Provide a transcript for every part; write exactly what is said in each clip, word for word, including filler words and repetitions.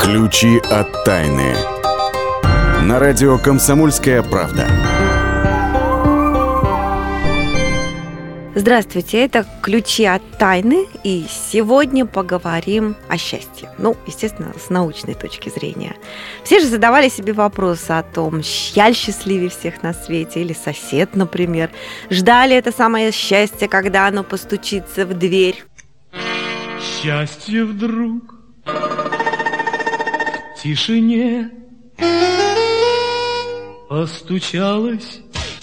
Ключи от тайны. На радио «Комсомольская правда». Здравствуйте, это «Ключи от тайны», и сегодня поговорим о счастье. Ну, естественно, с научной точки зрения. Все же задавали себе вопрос о том, я ли счастливее всех на свете, или сосед, например. Ждали это самое счастье, когда оно постучится в дверь. Счастье вдруг в тишине постучалось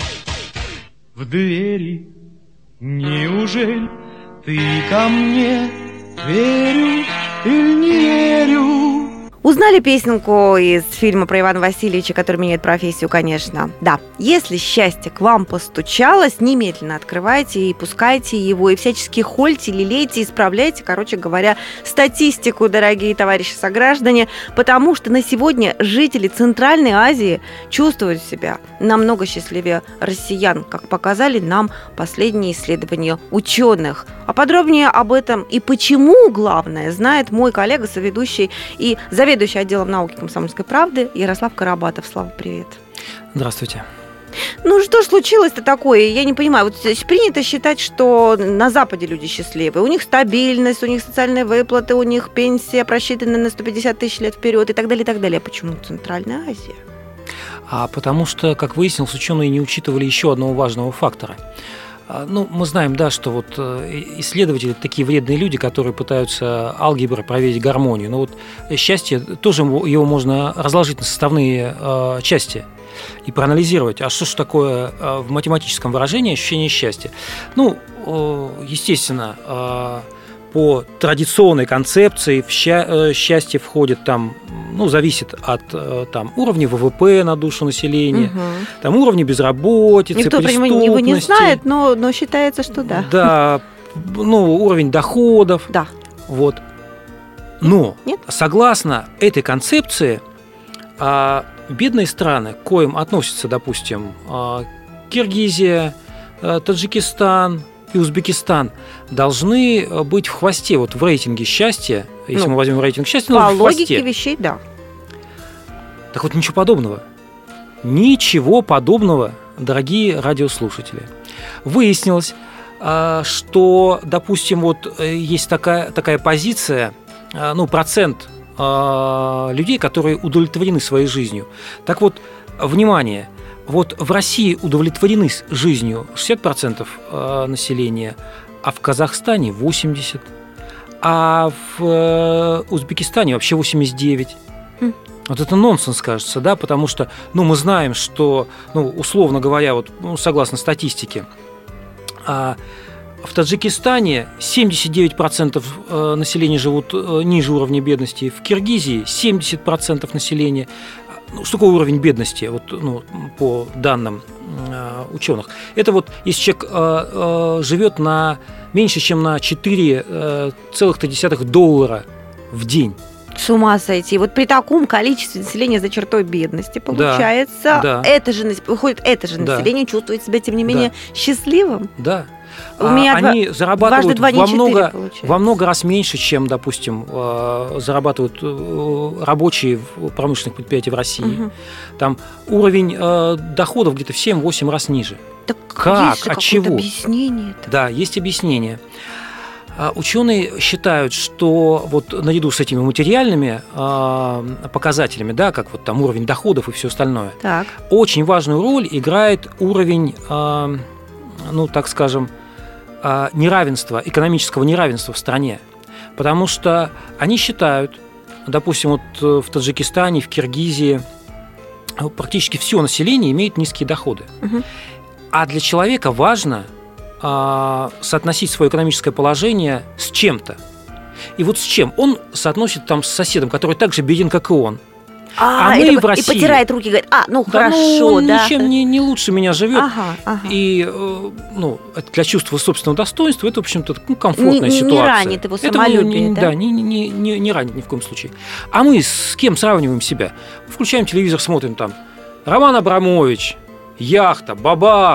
в двери. Неужели ты ко мне верю или не верю? Узнали песенку из фильма про Ивана Васильевича, который меняет профессию, конечно. Да, если счастье к вам постучалось, немедленно открывайте и пускайте его, и всячески хольте, лелейте, исправляйте, короче говоря, статистику, дорогие товарищи сограждане, потому что на сегодня жители Центральной Азии чувствуют себя намного счастливее россиян, как показали нам последние исследования ученых. А подробнее об этом и почему, главное, знает мой коллега, соведущий и заведующий заведующий отделом науки «Комсомольской правды» Ярослав Карабатов. Слава, привет. Здравствуйте. Ну, что ж случилось-то такое? Я не понимаю. Вот принято считать, что на Западе люди счастливые. У них стабильность, у них социальные выплаты, у них пенсия просчитана на сто пятьдесят тысяч лет вперед и так далее, и так далее. А почему Центральная Азия? А потому что, как выяснилось, ученые не учитывали еще одного важного фактора. Ну, мы знаем, да, что вот исследователи такие вредные люди, которые пытаются алгеброй проверить гармонию. Но вот счастье, тоже его можно разложить на составные э, части и проанализировать. А что же такое э, в математическом выражении ощущение счастья? Ну, э, естественно, э, по традиционной концепции в ща- счастье входит там, ну, зависит от там, уровня ВВП на душу населения, угу. там, уровня безработицы, никто преступности. Никто его не знает, но, но считается, что да. Да, ну, уровень доходов. Да. Вот. Но, Нет? согласно этой концепции, бедные страны, к коим относятся, допустим, Киргизия, Таджикистан и Узбекистан, должны быть в хвосте, вот в рейтинге счастья, если ну, мы возьмем рейтинг счастья, по ну, в хвосте. логике вещей, да. Так вот, ничего подобного. Ничего подобного, дорогие радиослушатели. Выяснилось, что, допустим, вот есть такая, такая позиция, ну, процент людей, которые удовлетворены своей жизнью. Так вот, внимание, вот в России удовлетворены жизнью шестьдесят процентов населения, а в Казахстане восемьдесят процентов, а в Узбекистане вообще восемьдесят девять процентов. Mm. Вот это нонсенс, кажется, да, потому что, ну, мы знаем, что, ну, условно говоря, вот, ну, согласно статистике, в Таджикистане семьдесят девять процентов населения живут ниже уровня бедности, в Киргизии семьдесят процентов населения. Ну, что такое уровень бедности, вот, ну, по данным э, ученых? Это вот если человек э, э, живет на меньше, чем на четыре целых три десятых доллара в день. С ума сойти. Вот при таком количестве населения за чертой бедности, получается, да, да. Это же, выходит, это же да. население чувствует себя, тем не менее, да. счастливым. Да. У а меня они два, зарабатывают два, во, много, во много раз меньше, чем, допустим, зарабатывают рабочие в промышленных предприятиях в России. Угу. Там уровень доходов где-то в семь-восемь раз ниже. Так как? Есть же От чего? Объяснение-то. Да, есть объяснение. Ученые считают, что вот наряду с этими материальными показателями, да, как вот там уровень доходов и все остальное, так. очень важную роль играет уровень, ну, так скажем, неравенства, экономического неравенства в стране. Потому что они считают, допустим, вот в Таджикистане, в Киргизии практически все население имеет низкие доходы. Угу. А для человека важно соотносить свое экономическое положение с чем-то. И вот с чем? Он соотносит там с соседом, который так же беден, как и он. А, а мы это, в России... И потирает руки, говорит, а, ну да, хорошо, ну, он да. ничем не, не лучше меня живет. Ага, ага. И ну, для чувства собственного достоинства это, в общем-то, ну, комфортная не, ситуация. Не ранит его самолюбие, это, да? Да, не, не, не, не ранит ни в коем случае. А мы с кем сравниваем себя? Включаем телевизор, смотрим там Роман Абрамович, яхта, бабах,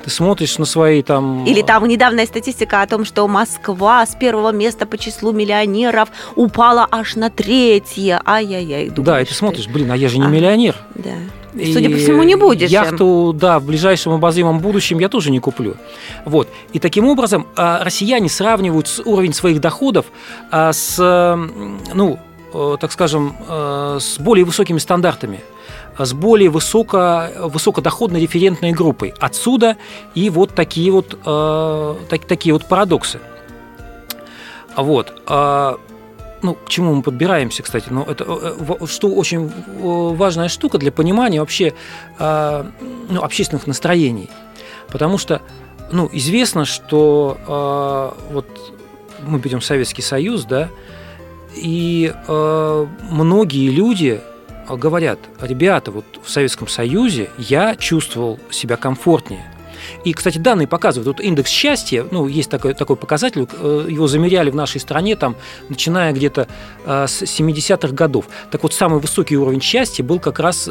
Ты смотришь на свои там... Или там недавняя статистика о том, что Москва с первого места по числу миллионеров упала аж на третье. Ай-яй-яй. Думаешь, да, и ты смотришь, блин, а я же не а, миллионер. Да. И судя по всему, не будешь. Яхту, да, в ближайшем обозримом будущем я тоже не куплю. Вот. И таким образом россияне сравнивают уровень своих доходов с, ну, так скажем, с более высокими стандартами, с более высоко, высокодоходной референтной группой. Отсюда и вот такие вот, э, так, такие вот парадоксы. Вот. Э, ну, к чему мы подбираемся, кстати? Ну, это э, что очень важная штука для понимания вообще э, ну, общественных настроений. Потому что, ну, известно, что э, вот мы берем Советский Союз, да, и э, многие люди говорят: ребята, вот в Советском Союзе я чувствовал себя комфортнее. И, кстати, данные показывают, вот индекс счастья, ну, есть такой, такой показатель, его замеряли в нашей стране, там, начиная где-то э, с семидесятых годов. Так вот, самый высокий уровень счастья был как раз э,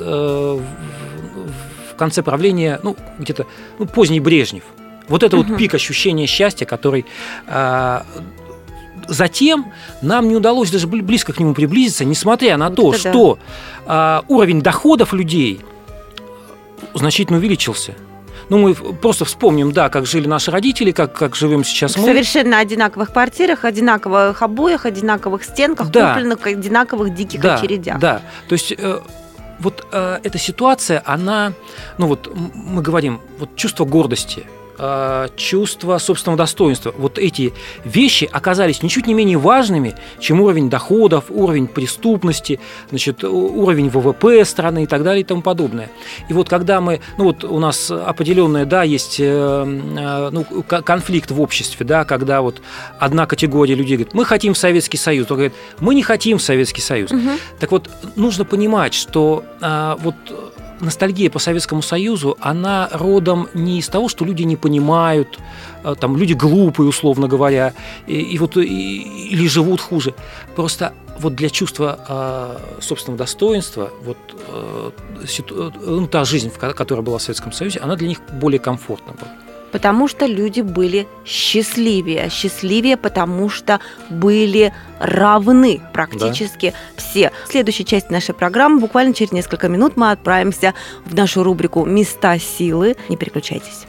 в конце правления, ну, где-то ну, поздний Брежнев. Вот это uh-huh. вот пик ощущения счастья, который... Э, Затем нам не удалось даже близко к нему приблизиться, несмотря на то, Это что да. э, уровень доходов людей значительно увеличился. Ну, мы просто вспомним, да, как жили наши родители, как, как живем сейчас мы. В совершенно одинаковых квартирах, одинаковых обоях, одинаковых стенках, да. купленных в одинаковых диких да, очередях. Да, то есть... Э, вот э, эта ситуация, она, ну вот мы говорим, вот чувство гордости, чувство собственного достоинства. Вот эти вещи оказались ничуть не менее важными, чем уровень доходов, уровень преступности, значит, уровень ВВП страны и так далее и тому подобное. И вот когда мы, ну вот у нас определенная, да, есть ну, конфликт в обществе, да, когда вот одна категория людей говорит: мы хотим в Советский Союз, другая говорит: мы не хотим в Советский Союз. Угу. Так вот, нужно понимать, что а, вот ностальгия по Советскому Союзу, она родом не из того, что люди не понимают, там, люди глупые, условно говоря, и, и вот, и, или живут хуже. Просто вот для чувства э, собственного достоинства, вот, э, ситу, ну, та жизнь, которая была в Советском Союзе, она для них более комфортна была. Потому что люди были счастливее. Счастливее, потому что были равны практически да. все. В следующей части нашей программы, буквально через несколько минут, мы отправимся в нашу рубрику «Места силы». Не переключайтесь.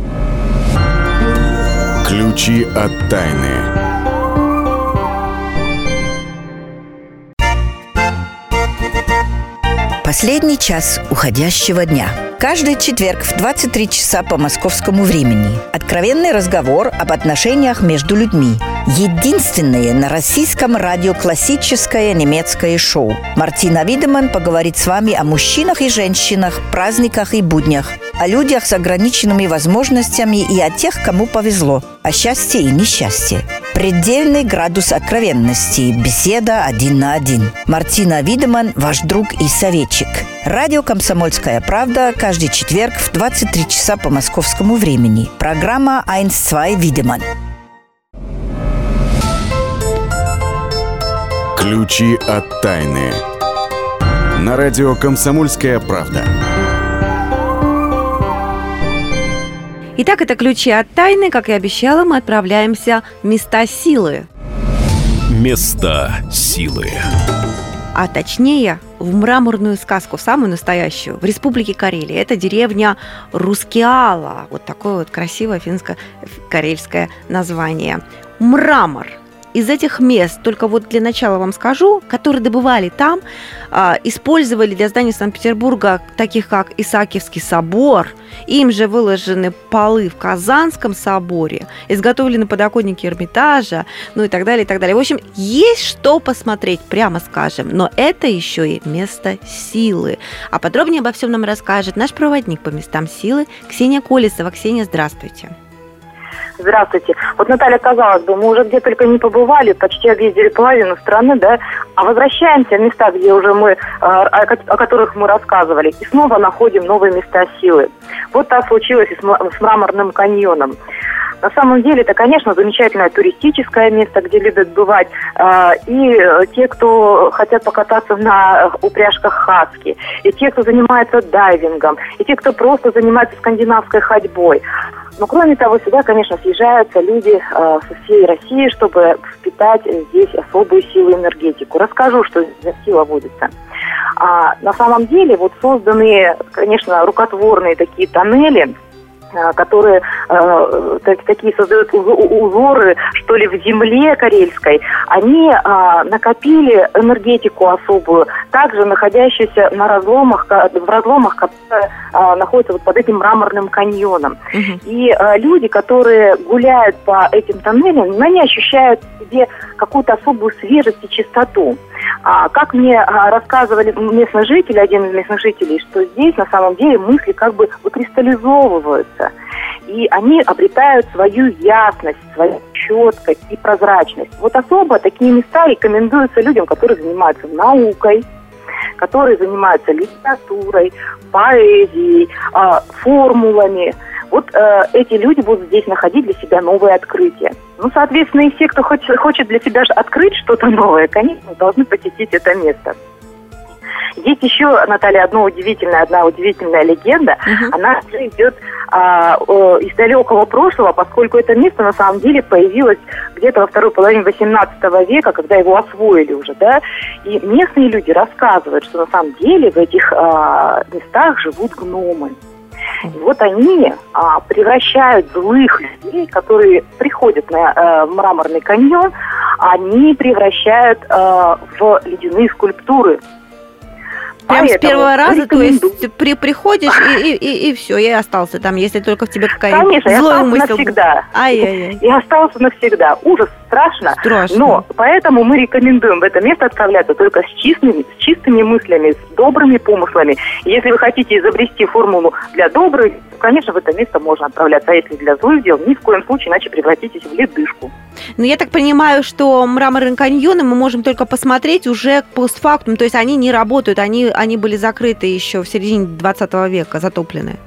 Ключи от тайны. Последний час уходящего дня. Каждый четверг в двадцать три часа по московскому времени. Откровенный разговор об отношениях между людьми. Единственное на российском радио классическое немецкое шоу. Мартина Видеман поговорит с вами о мужчинах и женщинах, праздниках и буднях, о людях с ограниченными возможностями и о тех, кому повезло, о счастье и несчастье. Предельный градус откровенности. Беседа один на один. Мартина Видеман, ваш друг и советчик. Радио «Комсомольская правда» каждый четверг в двадцать три часа по московскому времени. Программа один-два Видеман. Ключи от тайны. На радио «Комсомольская правда». Итак, это ключи от тайны. Как и обещала, мы отправляемся в места силы. Места силы. А точнее, в мраморную сказку, самую настоящую, в Республике Карелия. Это деревня Рускеала. Вот такое вот красивое финско-карельское название. Мрамор. Из этих мест, только вот для начала вам скажу, которые добывали там, использовали для здания Санкт-Петербурга, таких как Исаакиевский собор, им же выложены полы в Казанском соборе, изготовлены подоконники Эрмитажа, ну и так далее, и так далее. В общем, есть что посмотреть, прямо скажем, но это еще и место силы. А подробнее обо всем нам расскажет наш проводник по местам силы Ксения Колесова. Ксения, здравствуйте. Здравствуйте. Вот, Наталья, казалось бы, мы уже где только не побывали, почти объездили половину страны, да, а возвращаемся в места, где уже мы, о которых мы рассказывали, и снова находим новые места силы. Вот так случилось и с Мраморным каньоном. На самом деле это, конечно, замечательное туристическое место, где любят бывать и те, кто хотят покататься на упряжках хаски, и те, кто занимается дайвингом, и те, кто просто занимается скандинавской ходьбой. Но кроме того, сюда, конечно, съезжаются люди э, со всей России, чтобы впитать здесь особую силу и энергетику. Расскажу, что здесь за сила водится. А, на самом деле, вот созданные, конечно, рукотворные такие тоннели, которые э, так, такие создают узоры, что ли, в земле карельской, они э, накопили энергетику особую, также находящуюся на разломах, в разломах, которые э, находятся вот под этим мраморным каньоном. Uh-huh. И э, люди, которые гуляют по этим тоннелям, они ощущают в себе какую-то особую свежесть и чистоту. А, как мне а, рассказывали местные жители, один из местных жителей, что здесь на самом деле мысли как бы выкристаллизовываются. И они обретают свою ясность, свою четкость и прозрачность. Вот особо такие места рекомендуются людям, которые занимаются наукой, которые занимаются литературой, поэзией, а, формулами. Вот э, эти люди будут здесь находить для себя новые открытия. Ну, соответственно, и все, кто хочет, хочет для себя открыть что-то новое, конечно, должны посетить это место. Есть еще, Наталья, одно удивительная, одна удивительная легенда. Uh-huh. Она идет а, о, из далекого прошлого, поскольку это место на самом деле появилось где-то во второй половине восемнадцатого века, когда его освоили уже, да. И местные люди рассказывают, что на самом деле в этих а, местах живут гномы. И вот они а, превращают злых людей, которые приходят на а, мраморный каньон, они превращают а, в ледяные скульптуры. Прям с первого раза, то есть при, приходишь и, и, и, и все, и остался там, если только в тебе какая-то Конечно, злой и умысел. остался навсегда. Ай-яй-яй. И остался навсегда. Ужас, страшно. Страшно. Но поэтому мы рекомендуем в это место отправляться только с чистыми, с чистыми мыслями, с добрыми помыслами. И если вы хотите изобрести формулу для добрых, то, конечно, в это место можно отправляться. А если для злых дел, ни в коем случае, иначе превратитесь в ледышку. Но я так понимаю, что мраморные каньоны мы можем только посмотреть уже постфактум, то есть они не работают, они, они были закрыты еще в середине двадцатого века, затоплены.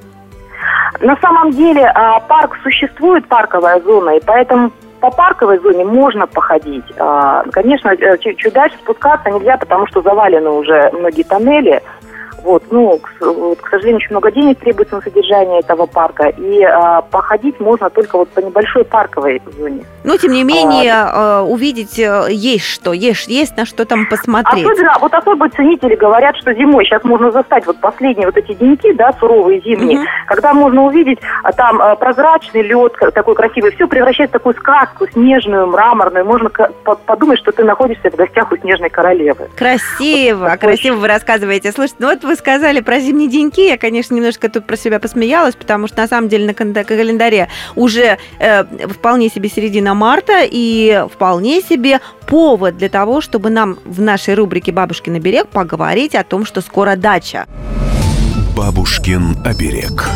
На самом деле парк существует, парковая зона, и поэтому по парковой зоне можно походить. Конечно, чуть дальше спускаться нельзя, потому что завалены уже многие тоннели. Вот, ну, к, вот, к сожалению, очень много денег требуется на содержание этого парка, и а, походить можно только вот по небольшой парковой зоне. Но, тем не менее, а, увидеть есть что, есть, есть на что там посмотреть. Особенно, вот особо ценители говорят, что зимой сейчас можно застать вот последние вот эти деньки, да, суровые зимние, угу. когда можно увидеть а, там а, прозрачный лед такой красивый, все превращается в такую сказку снежную, мраморную, можно подумать, что ты находишься в гостях у снежной королевы. Красиво, вот, красиво очень... вы рассказываете. Слушайте, ну вот вы сказали про зимние деньки, я, конечно, немножко тут про себя посмеялась, потому что на самом деле на календаре уже э, вполне себе середина марта и вполне себе повод для того, чтобы нам в нашей рубрике «Бабушкин оберег» поговорить о том, что скоро дача. Бабушкин оберег.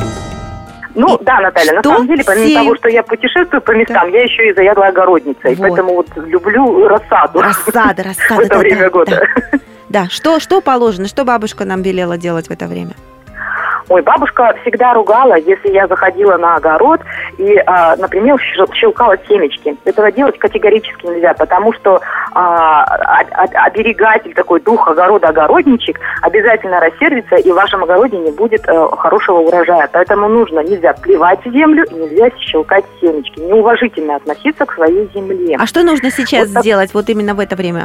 Ну, и да, Наталья, на самом деле, помимо все... того, что я путешествую по местам, да. я еще и заядлая огородница, вот. И поэтому вот люблю рассаду. Рассада, рассада. В это да, время да, года. Да. Да, что, что положено, что бабушка нам велела делать в это время? Ой, бабушка всегда ругала, если я заходила на огород и, а, например, щелкала семечки. Этого делать категорически нельзя, потому что а, оберегатель, такой дух огорода, огородничек, обязательно рассердится, и в вашем огороде не будет а, хорошего урожая. Поэтому нужно, нельзя плевать в землю и нельзя щелкать семечки. Неуважительно относиться к своей земле. А что нужно сейчас вот так... сделать вот именно в это время?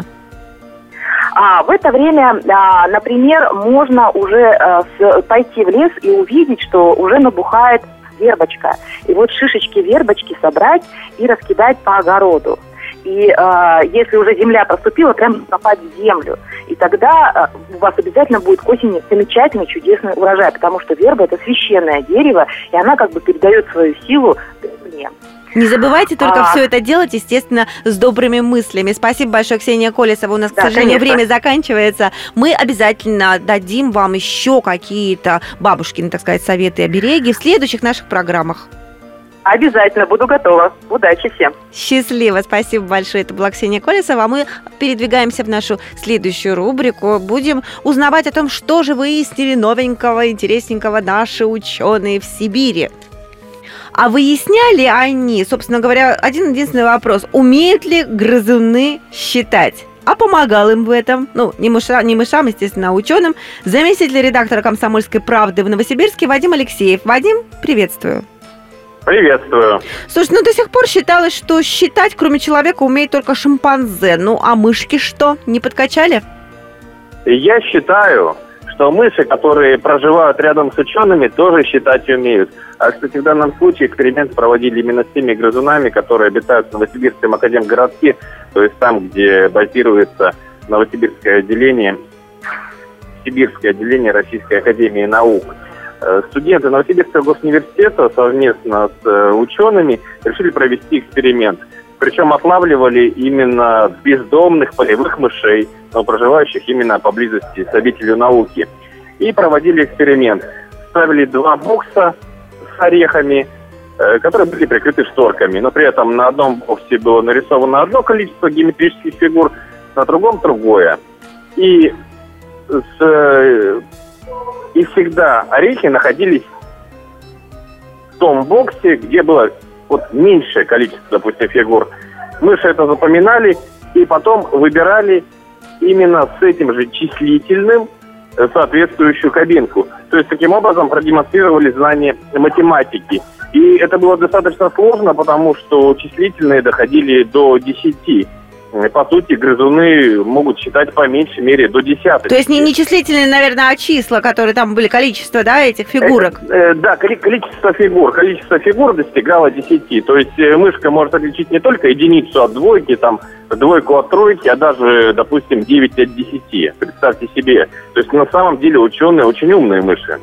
А в это время, а, например, можно уже а, с, пойти в лес и увидеть, что уже набухает вербочка. И вот шишечки вербочки собрать и раскидать по огороду. И а, если уже земля проступила, прям копать в землю. И тогда а, у вас обязательно будет к осени замечательный, чудесный урожай, потому что верба – это священное дерево, и она как бы передает свою силу земле. Не забывайте только а... все это делать, естественно, с добрыми мыслями. Спасибо большое, Ксения Колесова. У нас, да, к сожалению, конечно. Время заканчивается. Мы обязательно дадим вам еще какие-то бабушкины, так сказать, советы и обереги в следующих наших программах. Обязательно, буду готова. Удачи всем. Счастливо, спасибо большое. Это была Ксения Колесова. Мы передвигаемся в нашу следующую рубрику. Будем узнавать о том, что же выяснили новенького, интересненького наши ученые в Сибири. А выясняли они, собственно говоря, один единственный вопрос: умеют ли грызуны считать? А помогал им в этом, ну, не, мыша, не мышам, естественно, а ученым, заместитель редактора «Комсомольской правды» в Новосибирске Вадим Алексеев. Вадим, приветствую. Приветствую. Слушай, ну до сих пор считалось, что считать, кроме человека, умеет только шимпанзе. Ну, а мышки что, не подкачали? Я считаю, что мыши, которые проживают рядом с учеными, тоже считать умеют. А, кстати, в данном случае эксперимент проводили именно с теми грызунами, которые обитают в Новосибирском академгородке, то есть там, где базируется Новосибирское отделение, Сибирское отделение Российской академии наук. Студенты Новосибирского госуниверситета совместно с учеными решили провести эксперимент. Причем отлавливали именно бездомных полевых мышей, но проживающих именно поблизости с обителью науки. И проводили эксперимент. Ставили два бокса с орехами, которые были прикрыты шторками. Но при этом на одном боксе было нарисовано одно количество геометрических фигур, на другом другое. И с... И всегда орехи находились в том боксе, где было вот меньшее количество, допустим, фигур. Мыши это запоминали и потом выбирали именно с этим же числительным соответствующую кабинку. То есть таким образом продемонстрировали знание математики. И это было достаточно сложно, потому что числительные доходили до десяти. По сути, грызуны могут считать по меньшей мере до десятой. То есть не, не числительные, наверное, а числа, которые там были, количество, да, этих фигурок? Э, э, да, количество фигур. Количество фигур достигало десяти. То есть э, мышка может отличить не только единицу от двойки, там, двойку от тройки, а даже, допустим, девять от десяти. Представьте себе. То есть на самом деле ученые очень умные мыши.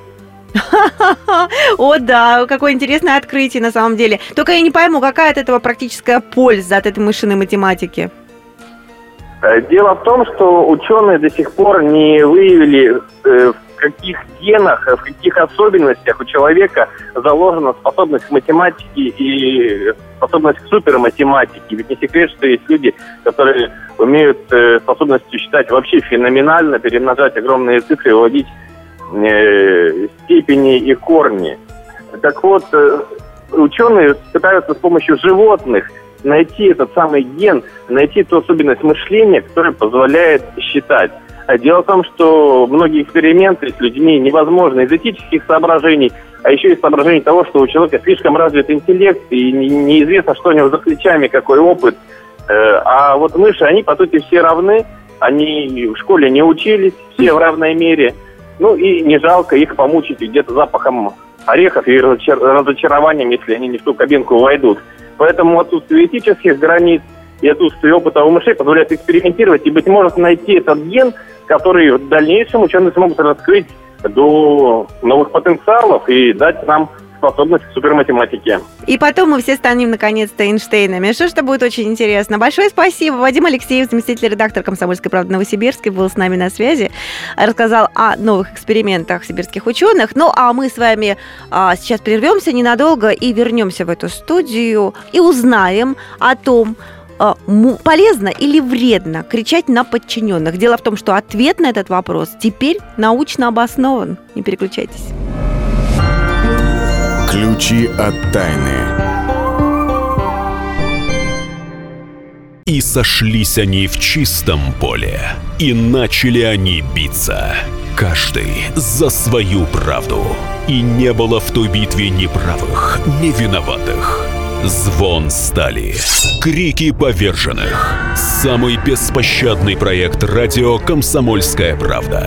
О, да, какое интересное открытие на самом деле. Только я не пойму, какая от этого практическая польза, от этой мышиной математики? Дело в том, что ученые до сих пор не выявили, в каких генах, в каких особенностях у человека заложена способность к математике и способность к суперматематике. Ведь не секрет, что есть люди, которые умеют способностью считать вообще феноменально, перемножать огромные цифры, выводить степени и корни. Так вот, ученые пытаются с помощью животных найти этот самый ген, найти ту особенность мышления, которая позволяет считать. А дело в том, что многие эксперименты с людьми невозможны из этических соображений, а еще из соображений того, что у человека слишком развит интеллект, и неизвестно, что у него за плечами, какой опыт. А вот мыши, они, по сути, все равны, они в школе не учились, все в равной мере. Ну и не жалко их помучить где-то запахом орехов и разочарованием, если они не в ту кабинку войдут. Поэтому отсутствие этических границ и отсутствие опыта у мышей позволяет экспериментировать и, быть может, найти этот ген, который в дальнейшем ученые смогут раскрыть до новых потенциалов и дать нам способность к суперматематике. И потом мы все станем, наконец-то, Эйнштейнами. Что ж, это будет очень интересно. Большое спасибо. Вадим Алексеев, заместитель редактора «Комсомольской правды» в Новосибирске, был с нами на связи, рассказал о новых экспериментах сибирских ученых. Ну, а мы с вами а, сейчас прервемся ненадолго и вернемся в эту студию и узнаем о том, а, полезно или вредно кричать на подчиненных. Дело в том, что ответ на этот вопрос теперь научно обоснован. Не переключайтесь. Ключи от тайны. И сошлись они в чистом поле, и начали они биться, каждый за свою правду. И не было в той битве ни правых, ни виноватых. Звон стали, крики поверженных. Самый беспощадный проект радио «Комсомольская правда».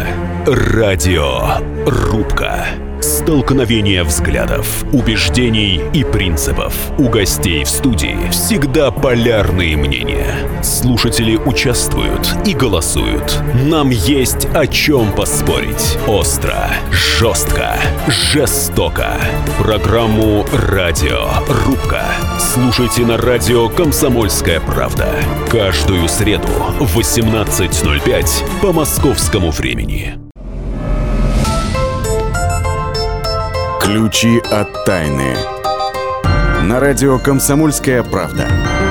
Радиорубка. Столкновение взглядов, убеждений и принципов. У гостей в студии всегда полярные мнения. Слушатели участвуют и голосуют. Нам есть о чем поспорить. Остро, жестко, жестоко. Программу «Радиорубка» слушайте на радио «Комсомольская правда». Каждую среду в восемнадцать ноль пять по московскому времени. Ключи от тайны. На радио «Комсомольская правда».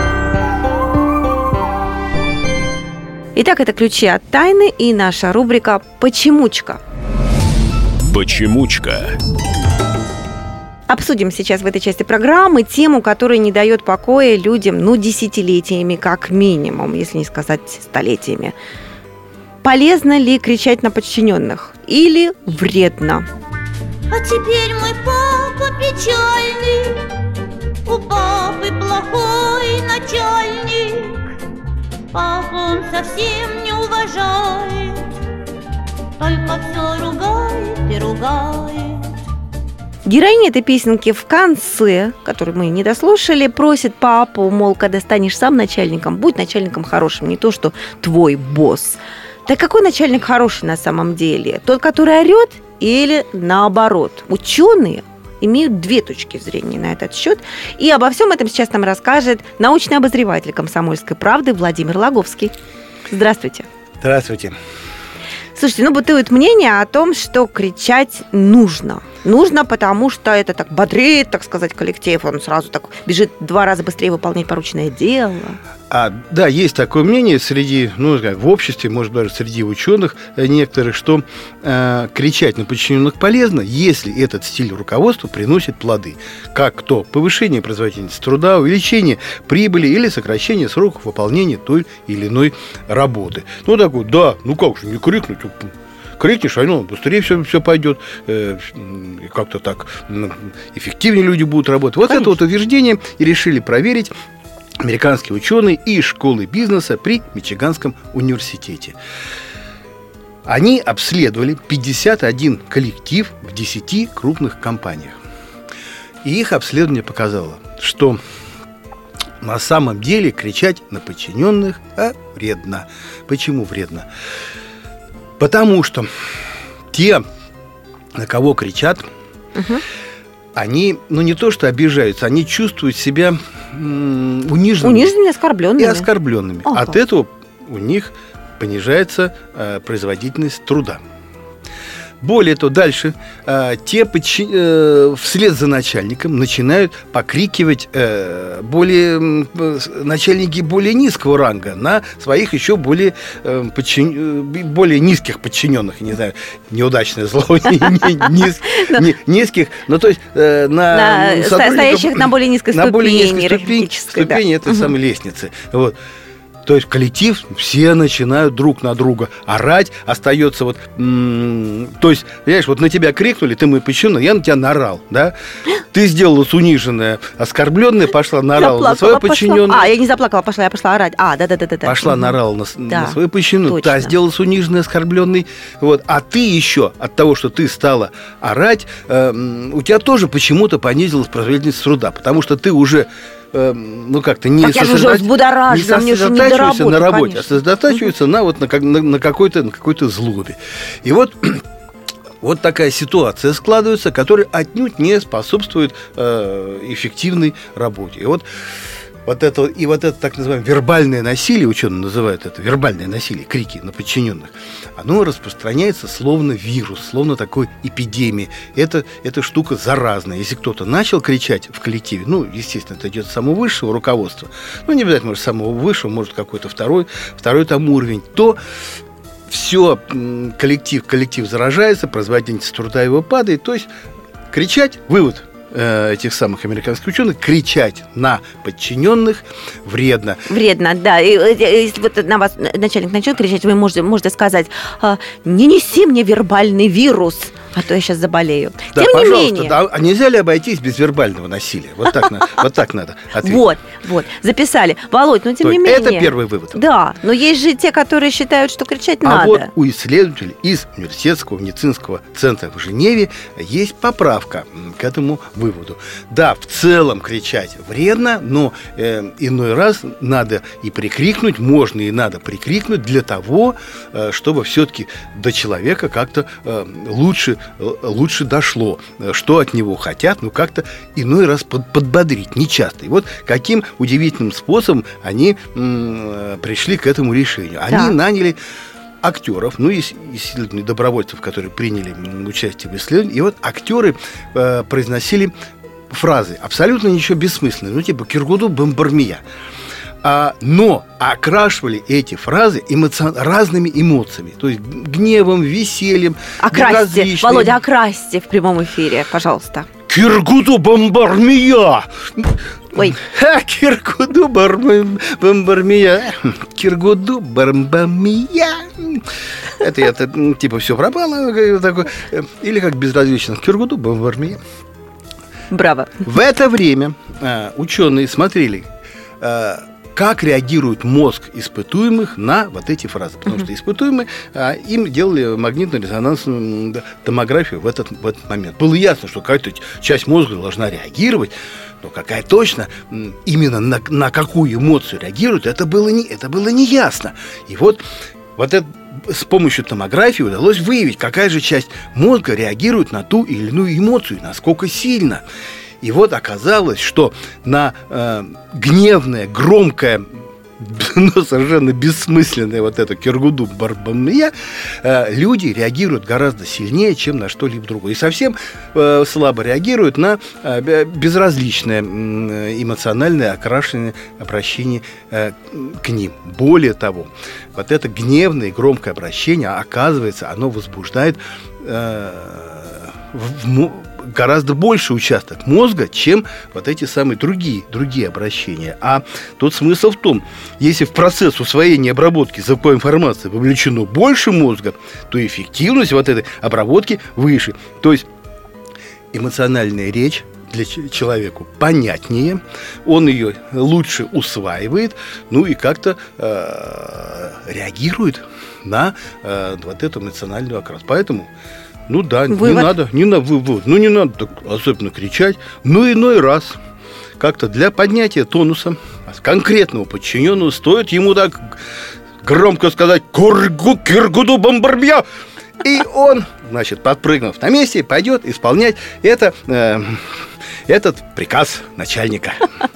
Итак, это «Ключи от тайны» и наша рубрика «Почемучка». Почемучка. Обсудим сейчас в этой части программы тему, которая не дает покоя людям, ну, десятилетиями как минимум, если не сказать столетиями. Полезно ли кричать на подчиненных или вредно? А теперь мой папа печальный, у папы плохой начальник. Папу он совсем не уважает, только все ругает и ругает. Героиня этой песенки в конце, которую мы не дослушали, просит папу, мол, когда станешь сам начальником, будь начальником хорошим, не то, что твой босс. Так какой начальник хороший на самом деле? Тот, который орет, или наоборот? Ученые имеют две точки зрения на этот счет. И обо всем этом сейчас нам расскажет научный обозреватель «Комсомольской правды» Владимир Логовский. Здравствуйте. Здравствуйте. Слушайте, ну бытует мнение о том, что кричать нужно. Нужно, потому что это так бодреет, так сказать, коллектив. Он сразу так бежит в два раза быстрее выполнять порученное дело. А, да, есть такое мнение среди, ну, в обществе, может быть, даже среди ученых некоторых, что э, кричать на подчиненных полезно, если этот стиль руководства приносит плоды. Как то повышение производительности труда, увеличение прибыли или сокращение сроков выполнения той или иной работы. Ну, такой, да, ну как же не крикнуть? Крикнешь, а ну, быстрее все, все пойдет, э, как-то так эффективнее люди будут работать. Вот Конечно. Это вот утверждение и решили проверить американские ученые из школы бизнеса при Мичиганском университете. Они обследовали пятьдесят один коллектив в десяти крупных компаниях. И их обследование показало, что на самом деле кричать на подчиненных а, вредно. Почему вредно? Потому что те, на кого кричат, угу. они, ну не то что обижаются, они чувствуют себя м- униженными. Униженными, оскорбленными. И оскорбленными. Ага. От этого у них понижается э, производительность труда. Более того, дальше э, те подчин... э, вслед за начальником начинают покрикивать э, более, э, начальники более низкого ранга на своих еще более, э, подчин... более низких подчиненных, не знаю, неудачное слово, низких, ну то есть на стоящих на более низкой ступени, ступени этой самой лестницы. Вот. То есть коллектив, все начинают друг на друга орать, остается вот... М- то есть, понимаешь, вот на тебя крикнули, ты мой подчиненный, я на тебя наорал, да? Ты сделалась униженная, оскорбленная, пошла наорала на свою подчиненную. А, я не заплакала, пошла, я пошла орать. А, да-да-да. Пошла наорала на, да, на свою подчиненную, та сделалась униженной, оскорбленной. Вот. А ты еще от того, что ты стала орать, э, у тебя тоже почему-то понизилась производительность труда, потому что ты уже... ну как-то не, так сосредотач... не сосредотачиваешься на работе, конечно. а сосредотачиваешься на, вот, на, на, на, какой-то, на какой-то злобе. И вот, вот такая ситуация складывается, которая отнюдь не способствует э, эффективной работе. И вот, вот это, и вот это так называемое вербальное насилие, ученые называют это вербальное насилие, крики на подчиненных, оно распространяется словно вирус, словно такой эпидемия. Это, эта штука заразная. Если кто-то начал кричать в коллективе, ну, естественно, это идет с самого высшего руководства, ну, не обязательно, может, с самого высшего, может, какой-то второй, второй там уровень, то все, коллектив, коллектив заражается, производительность труда его падает. То есть кричать, вывод этих самых американских ученых, кричать на подчиненных вредно. Вредно, да. И, если вот на вас начальник начал кричать, вы можете, можете сказать: не неси мне вербальный вирус, а то я сейчас заболею. Да, Тем пожалуйста, не менее... да, а нельзя ли обойтись без вербального насилия? Вот так, вот так надо ответить. Вот, вот, записали. Володь, но тем не менее... Это первый вывод. Да, но есть же те, которые считают, что кричать надо. А вот у исследователей из Университетского медицинского центра в Женеве есть поправка к этому выводу. Да, в целом кричать вредно, но э, иной раз надо и прикрикнуть, можно и надо прикрикнуть для того, э, чтобы все-таки до человека как-то э, лучше лучше дошло, что от него хотят, ну как-то иной раз под, подбодрить, нечасто. И вот каким удивительным способом они м- пришли к этому решению. Они да. наняли актеров, ну, есть исследователи, добровольцев, которые приняли участие в исследовании, и вот актеры э, произносили фразы абсолютно ничего бессмысленные, ну, типа «Киргуду бомбармия». А, но окрашивали эти фразы эмоци... разными эмоциями. То есть гневом, весельем, окрасьте, Володя, окрасьте в прямом эфире, пожалуйста. Киргуду Бомбармия! Ой. Ха, Киргуду Бомбармия! Киргуду Бомбармия! Это, это типа все пропало. Такое. Или как безразлично. Киргуду Бомбармия. Браво. В это время а, ученые смотрели, а, как реагирует мозг испытуемых на вот эти фразы. Потому что испытуемые, а, им делали магнитно-резонансную томографию в этот, в этот момент. Было ясно, что какая-то часть мозга должна реагировать, но какая точно, именно на, на какую эмоцию реагирует, это было не, это было не ясно. И вот, вот это, с помощью томографии удалось выявить, какая же часть мозга реагирует на ту или иную эмоцию, насколько сильно. И вот оказалось, что на э, гневное, громкое, но совершенно бессмысленное вот это Киргуду Бомбармия э, люди реагируют гораздо сильнее, чем на что-либо другое. И совсем э, слабо реагируют на э, безразличное э, эмоциональное окрашенное обращение э, к ним. Более того, вот это гневное и громкое обращение, оказывается, оно возбуждает э, в, в, гораздо больше участок мозга, чем вот эти самые другие, другие обращения. А тут смысл в том, если в процесс усвоения и обработки звуковой информации вовлечено больше мозга, то эффективность вот этой обработки выше. То есть эмоциональная речь для человека понятнее, он ее лучше усваивает, ну и как-то э, реагирует на э, вот эту эмоциональную окрас. Поэтому ну да, вывод. не надо, не надо, вывод, ну не надо так особенно кричать, но иной раз как-то для поднятия тонуса конкретного подчиненного стоит ему так громко сказать «Кургу, Киргуду Бомбармия!» И он, значит, подпрыгнув на месте, пойдет исполнять это, э, этот приказ начальника.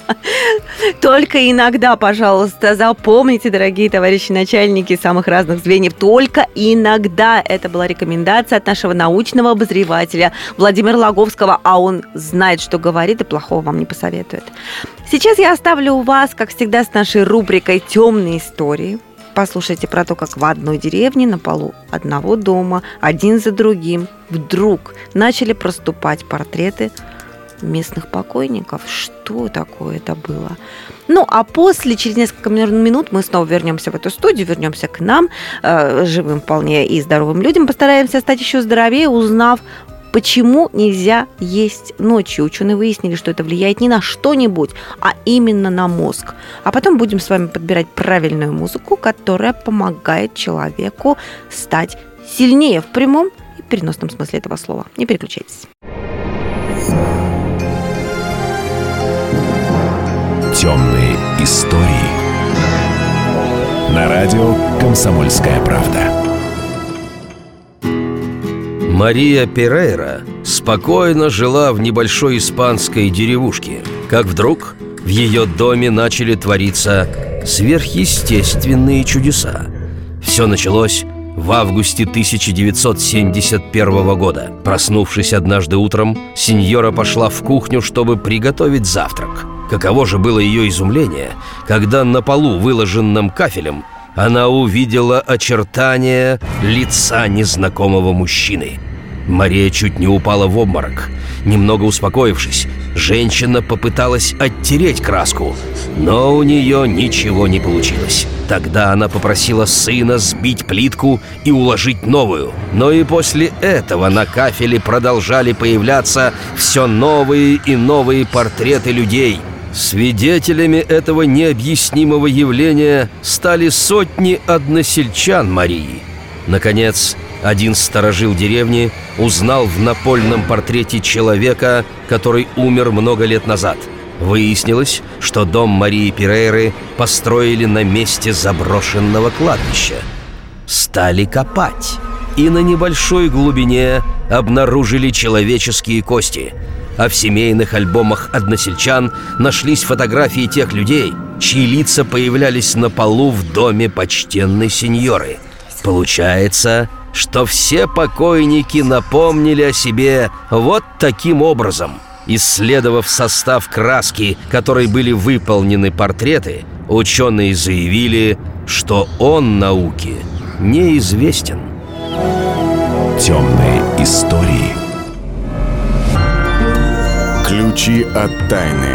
Только иногда, пожалуйста, запомните, дорогие товарищи начальники самых разных звеньев, только иногда. Это была рекомендация от нашего научного обозревателя Владимира Логовского, а он знает, что говорит, и плохого вам не посоветует. Сейчас я оставлю вас, как всегда, с нашей рубрикой «Темные истории». Послушайте про то, как в одной деревне на полу одного дома один за другим вдруг начали проступать портреты местных покойников. Что такое это было? Ну, а после, через несколько минут, мы снова вернемся в эту студию, вернемся к нам, э, живым вполне и здоровым людям, постараемся стать еще здоровее, узнав, почему нельзя есть ночью. Ученые выяснили, что это влияет не на что-нибудь, а именно на мозг. А потом будем с вами подбирать правильную музыку, которая помогает человеку стать сильнее в прямом и переносном смысле этого слова. Не переключайтесь. Темные истории. На радио «Комсомольская правда». Мария Перейра спокойно жила в небольшой испанской деревушке, как вдруг в ее доме начали твориться сверхъестественные чудеса. Все началось в августе тысяча девятьсот семьдесят первого года. Проснувшись однажды утром, сеньора пошла в кухню, чтобы приготовить завтрак. Каково же было ее изумление, когда на полу, выложенном кафелем, она увидела очертания лица незнакомого мужчины. Мария чуть не упала в обморок. Немного успокоившись, женщина попыталась оттереть краску, но у нее ничего не получилось. Тогда она попросила сына сбить плитку и уложить новую. Но и после этого на кафеле продолжали появляться все новые и новые портреты людей. Свидетелями этого необъяснимого явления стали сотни односельчан Марии. Наконец, один сторожил деревни узнал в напольном портрете человека, который умер много лет назад. Выяснилось, что дом Марии Перейры построили на месте заброшенного кладбища. Стали копать, и на небольшой глубине обнаружили человеческие кости. А в семейных альбомах односельчан нашлись фотографии тех людей, чьи лица появлялись на полу в доме почтенной сеньоры. Получается, что все покойники напомнили о себе вот таким образом. Исследовав состав краски, которой были выполнены портреты, ученые заявили, что он науке неизвестен. Темные истории. Ключи от тайны.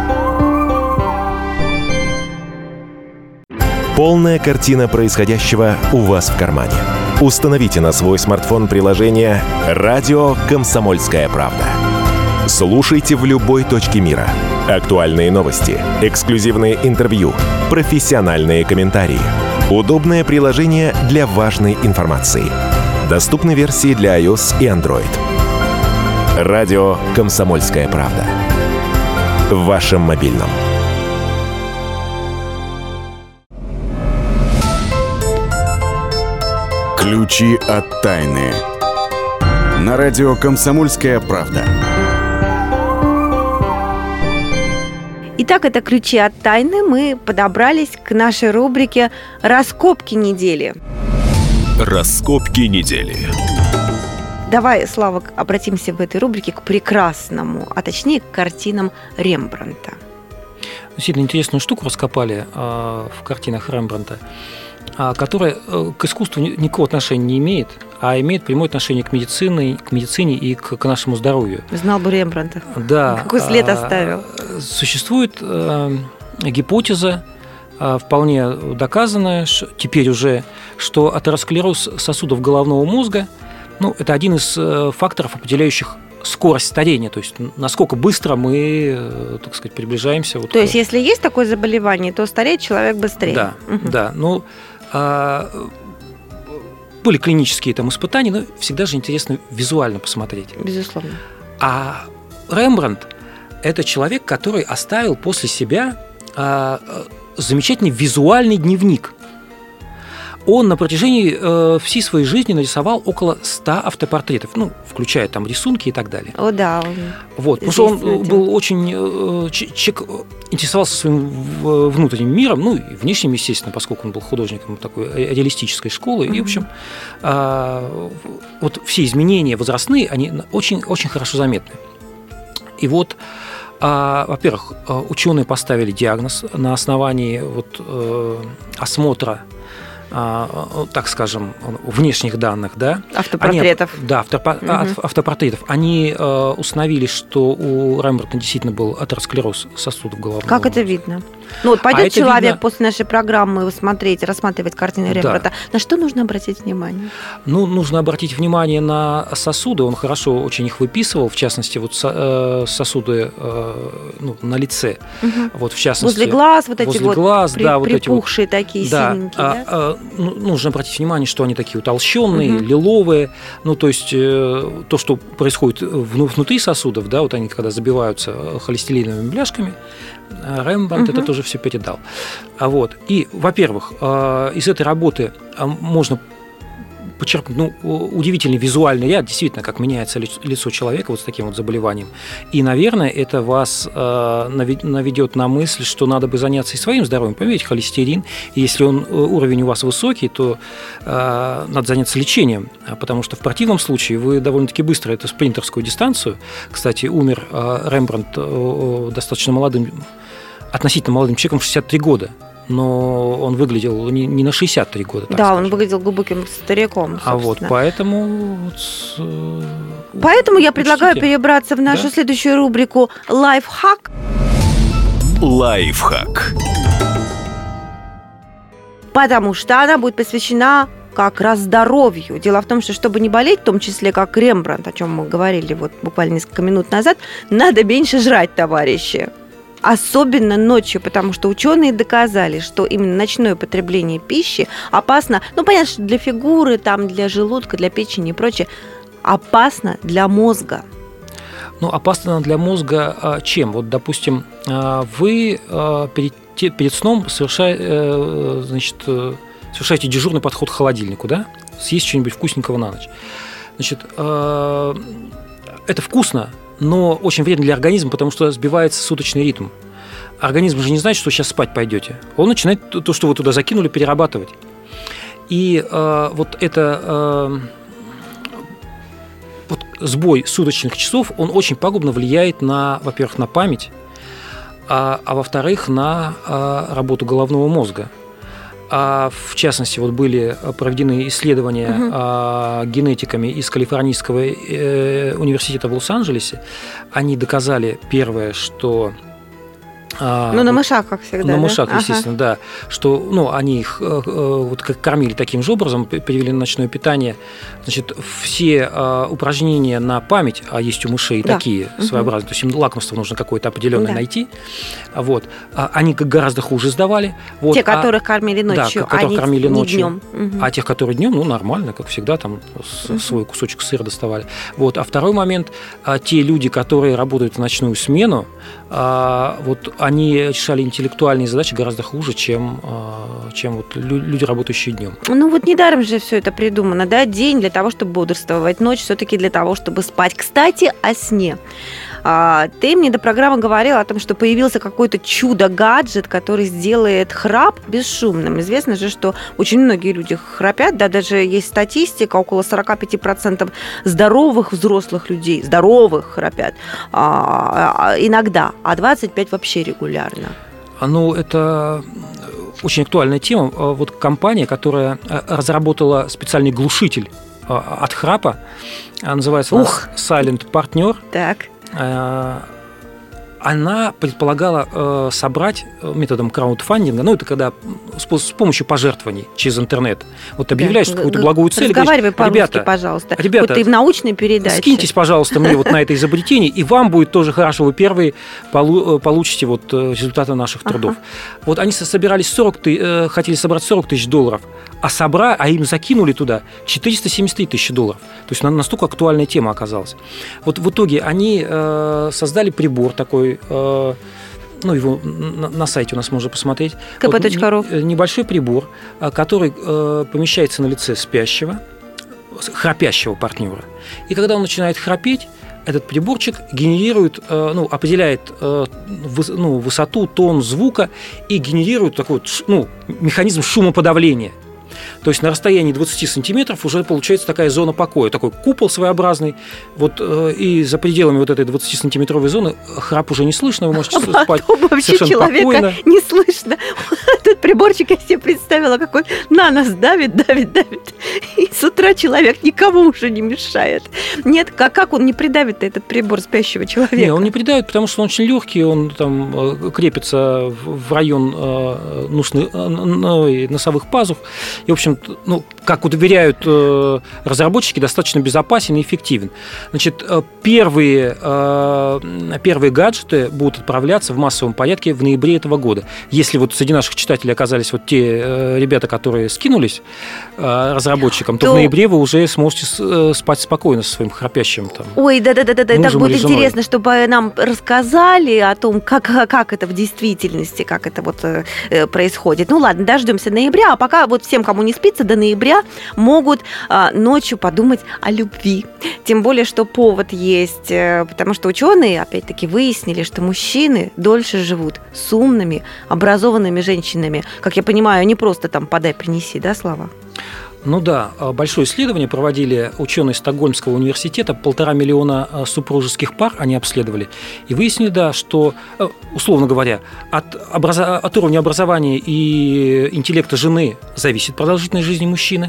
Полная картина происходящего у вас в кармане. Установите на свой смартфон приложение «Радио Комсомольская правда». Слушайте в любой точке мира. Актуальные новости, эксклюзивные интервью, профессиональные комментарии. Удобное приложение для важной информации. Доступны версии для iOS и Android. Радио «Комсомольская правда». В вашем мобильном. Ключи от тайны. На радио «Комсомольская правда». Итак, это «Ключи от тайны». Мы подобрались к нашей рубрике «Раскопки недели». Раскопки недели. Давай, Слава, обратимся в этой рубрике к прекрасному, а точнее к картинам Рембрандта. Действительно интересную штуку раскопали э, в картинах Рембрандта, э, которая э, к искусству никакого отношения не имеет, а имеет прямое отношение к медицине, к медицине и к, к нашему здоровью. Знал бы Рембрандта. Да. Какой след оставил. Существует э, гипотеза, э, вполне доказанная, ш, теперь уже, что атеросклероз сосудов головного мозга, ну, это один из э, факторов, определяющих скорость старения, то есть насколько быстро мы, э, так сказать, приближаемся. Вот то к... есть, если есть такое заболевание, то стареет человек быстрее. Да, угу. да. Ну, э, были клинические там испытания, но всегда же интересно визуально посмотреть. Безусловно. А Рембрандт – это человек, который оставил после себя э, замечательный визуальный дневник. Он на протяжении э, всей своей жизни нарисовал около ста автопортретов, ну, включая там рисунки и так далее. О, да. Вот, потому что он был очень... Э, человек интересовался своим внутренним миром, ну, и внешним, естественно, поскольку он был художником такой реалистической школы. Mm-hmm. И, в общем, э, вот все изменения возрастные, они очень, очень хорошо заметны. И вот, э, во-первых, ученые поставили диагноз на основании вот, э, осмотра, так скажем, внешних данных, да, автопортретов. Они, да, автопо, угу. автопортретов. Они э, установили, что у Рембрандта действительно был атеросклероз сосудов головного Как мозга. это видно? Ну вот пойдет а человек видно... после нашей программы смотреть, рассматривать картины Рембрандта. Да. На что нужно обратить внимание? Ну, нужно обратить внимание на сосуды. Он хорошо очень их выписывал, в частности, вот сосуды ну, на лице. Угу. Вот, в частности, возле глаз, вот эти вот глаз, при, да, вот припухшие эти вот, такие да, синенькие. А, да? а, ну, нужно обратить внимание, что они такие утолщенные, угу. лиловые. Ну, то есть то, что происходит внутри сосудов, да, вот они когда забиваются холестериновыми бляшками, Рембрандт угу. это тоже все передал. А вот. И, во-первых, из этой работы можно подчеркнуть ну, удивительный визуальный ряд, действительно, как меняется лицо человека вот с таким вот заболеванием. И, наверное, это вас наведет на мысль, что надо бы заняться и своим здоровьем, померить холестерин. И если он, уровень у вас высокий, то надо заняться лечением, потому что в противном случае вы довольно-таки быстро эту спринтерскую дистанцию, кстати, умер Рембрандт достаточно молодым, относительно молодым человеком, в шестьдесят три года. Но он выглядел не, не на шестьдесят три года. Так да, скажем. Он выглядел глубоким стариком. А вот поэтому... Поэтому я предлагаю перебраться в нашу да? следующую рубрику «Лайфхак». Лайфхак. Потому что она будет посвящена как раз здоровью. Дело в том, что чтобы не болеть, в том числе как Рембрандт, о чем мы говорили вот буквально несколько минут назад, надо меньше жрать, товарищи. Особенно ночью, потому что ученые доказали, что именно ночное потребление пищи опасно, ну, понятно, что для фигуры, там, для желудка, для печени и прочее, опасно для мозга. Ну, опасно для мозга чем? Вот, допустим, вы перед, перед сном совершаете, значит, совершаете дежурный подход к холодильнику, да? Съесть что-нибудь вкусненького на ночь. Значит, это вкусно, но очень вредно для организма, потому что сбивается суточный ритм. Организм же не знает, что сейчас спать пойдете. Он начинает то, что вы туда закинули, перерабатывать. И э, вот это э, вот сбой суточных часов, он очень пагубно влияет на, во-первых, на память, а, а во-вторых, на а, работу головного мозга. А в частности, вот были проведены исследования Мгм. а, генетиками из Калифорнийского э, университета в Лос-Анджелесе. Они доказали первое, что а, Ну, на вот- мышах, как всегда. на да? мышах, Ага. естественно, да. Что, ну, они их э, э, вот как кормили таким же образом, п- перевели на ночное питание. Значит, все э, упражнения на память, а есть у мышей Да. такие Мгм. своеобразные, то есть им лакомство нужно какое-то определенное Да. найти. Вот. А они как гораздо хуже сдавали. Вот. Те, А- которых кормили да, ночью, которых они кормили не ночью. днем. Мгм. А тех, которые днем, ну, нормально, как всегда, там с- Мгм. свой кусочек сыра доставали. Вот. А второй момент, а, те люди, которые работают в ночную смену, а, вот они решали интеллектуальные задачи гораздо хуже, чем, а, чем вот лю- люди, работающие днем. Ну вот недаром же все это придумано, да? День для того, чтобы бодрствовать, ночь все-таки для того, чтобы спать. Кстати, о сне. А, Ты мне до программы говорил о том, что появился какой-то чудо-гаджет, который сделает храп бесшумным. Известно же, что очень многие люди храпят, да, даже есть статистика, около сорок пять процентов здоровых взрослых людей, здоровых храпят а, а, иногда, а двадцать пять процентов вообще регулярно. А, Ну, это очень актуальная тема. А, Вот компания, которая а, разработала специальный глушитель а, от храпа, а, называется она Ух. Silent Partner. Так. Э, Она предполагала э, собрать э, методом краудфандинга, ну, это когда с, с помощью пожертвований через интернет. Вот объявляешь Да. какую-то Г- благую цель, Разговаривай говоришь, по-русски, ребята, пожалуйста. ребята, Вот ты в научной передаче. скиньтесь, пожалуйста, мне вот на это изобретение, и вам будет тоже хорошо. Вы первые полу- получите вот э, результаты наших трудов. Вот они со- собирались сорок ты- э, хотели собрать сорок тысяч долларов, а собра, а им закинули туда четыреста семьдесят три тысячи долларов. То есть на- настолько актуальная тема оказалась. Вот в итоге они э, создали прибор такой. э, ну, его на, на сайте у нас можно посмотреть. ка пэ точка ру. Вот не- небольшой прибор, а, который э, помещается на лице спящего, с- храпящего партнера. И когда он начинает храпеть, этот приборчик генерирует, э, ну, определяет э, выс- ну, высоту, тон звука и генерирует такой вот, ш- ну, механизм шумоподавления. То есть на расстоянии двадцати сантиметров уже получается такая зона покоя, такой купол своеобразный. Вот, э, и за пределами вот этой двадцатисантиметровой зоны храп уже не слышно, вы можете А спать потом вообще совершенно человека спокойно. не слышно. Этот приборчик я себе представила, как он на нас давит, давит, давит. И с утра человек никому уже не мешает. Нет, как, как он не придавит этот прибор спящего человека? Не, он не придавит, потому что он очень легкий, он там э, крепится в в район э, нусны- э, н- н- носовых пазух. И, в общем, ну, как уверяют э, разработчики, достаточно безопасен и эффективен. Значит, э, первые, э, первые гаджеты будут отправляться в массовом порядке в ноябре этого года. Если вот среди наших читателей оказались вот те э, ребята, которые скинулись э, разработчикам, то, То- в ноябре вы уже сможете с- э, спать спокойно со своим храпящим там. Ой, да-да-да, так Мужем будет или женой. интересно, чтобы нам рассказали о том, как, как это в действительности, как это вот э, э, происходит. Ну ладно, дождемся ноября, а пока вот всем, кому не спится, до ноября могут а, ночью подумать о любви. Тем более, что повод есть, э, потому что ученые, опять-таки, выяснили, что мужчины дольше живут с умными, образованными женщинами. Как я понимаю, не просто там подай, принеси, да, Слава? Ну да, большое исследование проводили ученые Стокгольмского университета, полтора миллиона супружеских пар они обследовали, и выяснили, да, что, условно говоря, от, образа- от уровня образования и интеллекта жены зависит продолжительность жизни мужчины,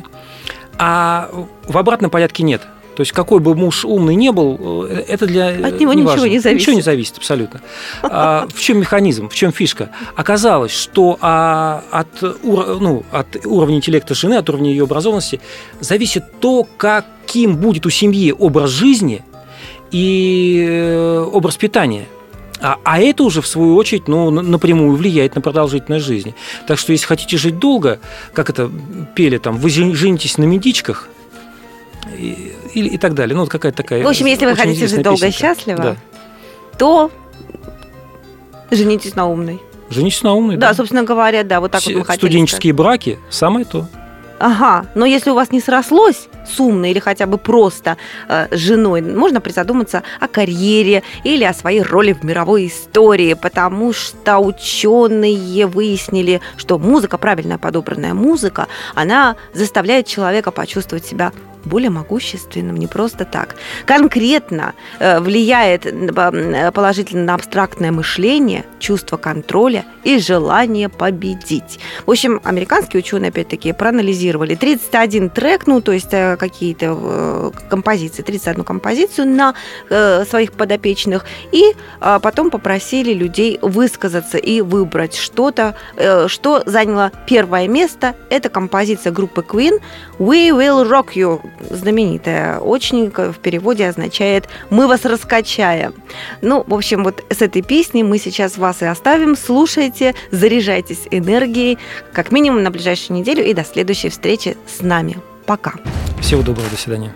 а в обратном порядке нет. То есть какой бы муж умный не был, это для От него не ничего важно. не зависит. Ничего не зависит абсолютно. А в чем механизм, в чем фишка? Оказалось, что а, от, ур- ну, от уровня интеллекта жены, от уровня ее образованности зависит то, каким будет у семьи образ жизни и э, образ питания. А, а это уже, в свою очередь, ну, на- напрямую влияет на продолжительность жизни. Так что, если хотите жить долго, как это пели там, вы жен- женитесь на медичках, и, и, и так далее. Ну, вот какая-то такая. В общем, если вы очень хотите известная жить долго и песенка. счастливо, Да. то женитесь на умной. Женитесь на умной. Да, собственно говоря, да, вот так вот мы хотели Студенческие браки – самое то. Ага, но если у вас не срослось с умной или хотя бы просто э, с женой, можно призадуматься о карьере или о своей роли в мировой истории, потому что ученые выяснили, что музыка, правильно подобранная музыка, она заставляет человека почувствовать себя более могущественным, не просто так. Конкретно э, влияет э, положительно на абстрактное мышление, чувство контроля и желание победить. В общем, американские ученые, опять-таки, проанализировали тридцать один трек, ну, то есть какие-то композиции, тридцать одну композицию на своих подопечных, и потом попросили людей высказаться и выбрать что-то, что заняло первое место. Это композиция группы Queen «We Will Rock You», знаменитая, очень в переводе означает «Мы вас раскачаем». Ну, в общем, вот с этой песней мы сейчас вас и оставим. Слушайте, заряжайтесь энергией, как минимум на ближайшую неделю, и до следующей встречи с нами. Пока. Всего доброго, до свидания.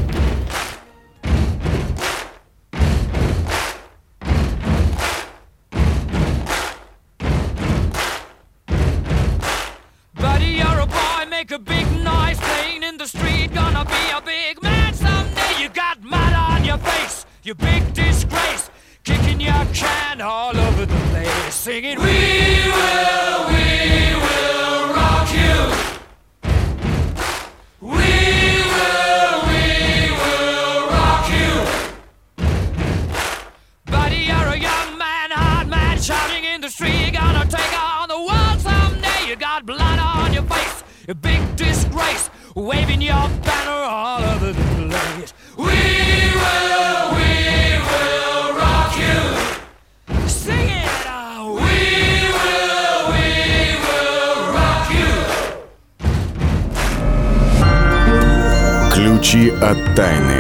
Make a big noise playing in the street. Gonna be a big man someday. You got mud on your face, you big disgrace. Kicking your can all over the place, singing we will, we will rock you. We will, we will rock you. Buddy, you're a young man, hard man, shouting in the street. You're gonna take on the world someday. You got blood on your face, a big disgrace, waving your banner all over the place. We will, we will rock you. Sing it out. We will, we will rock you. Ключи от тайны.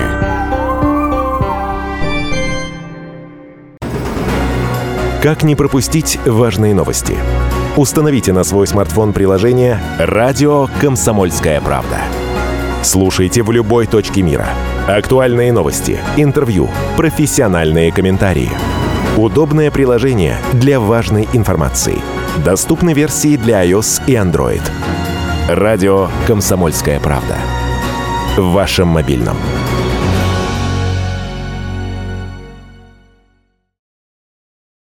Как не пропустить важные новости? Установите на свой смартфон приложение «Радио Комсомольская правда». Слушайте в любой точке мира. Актуальные новости, интервью, профессиональные комментарии. Удобное приложение для важной информации. Доступны версии для iOS и Android. «Радио Комсомольская правда». В вашем мобильном.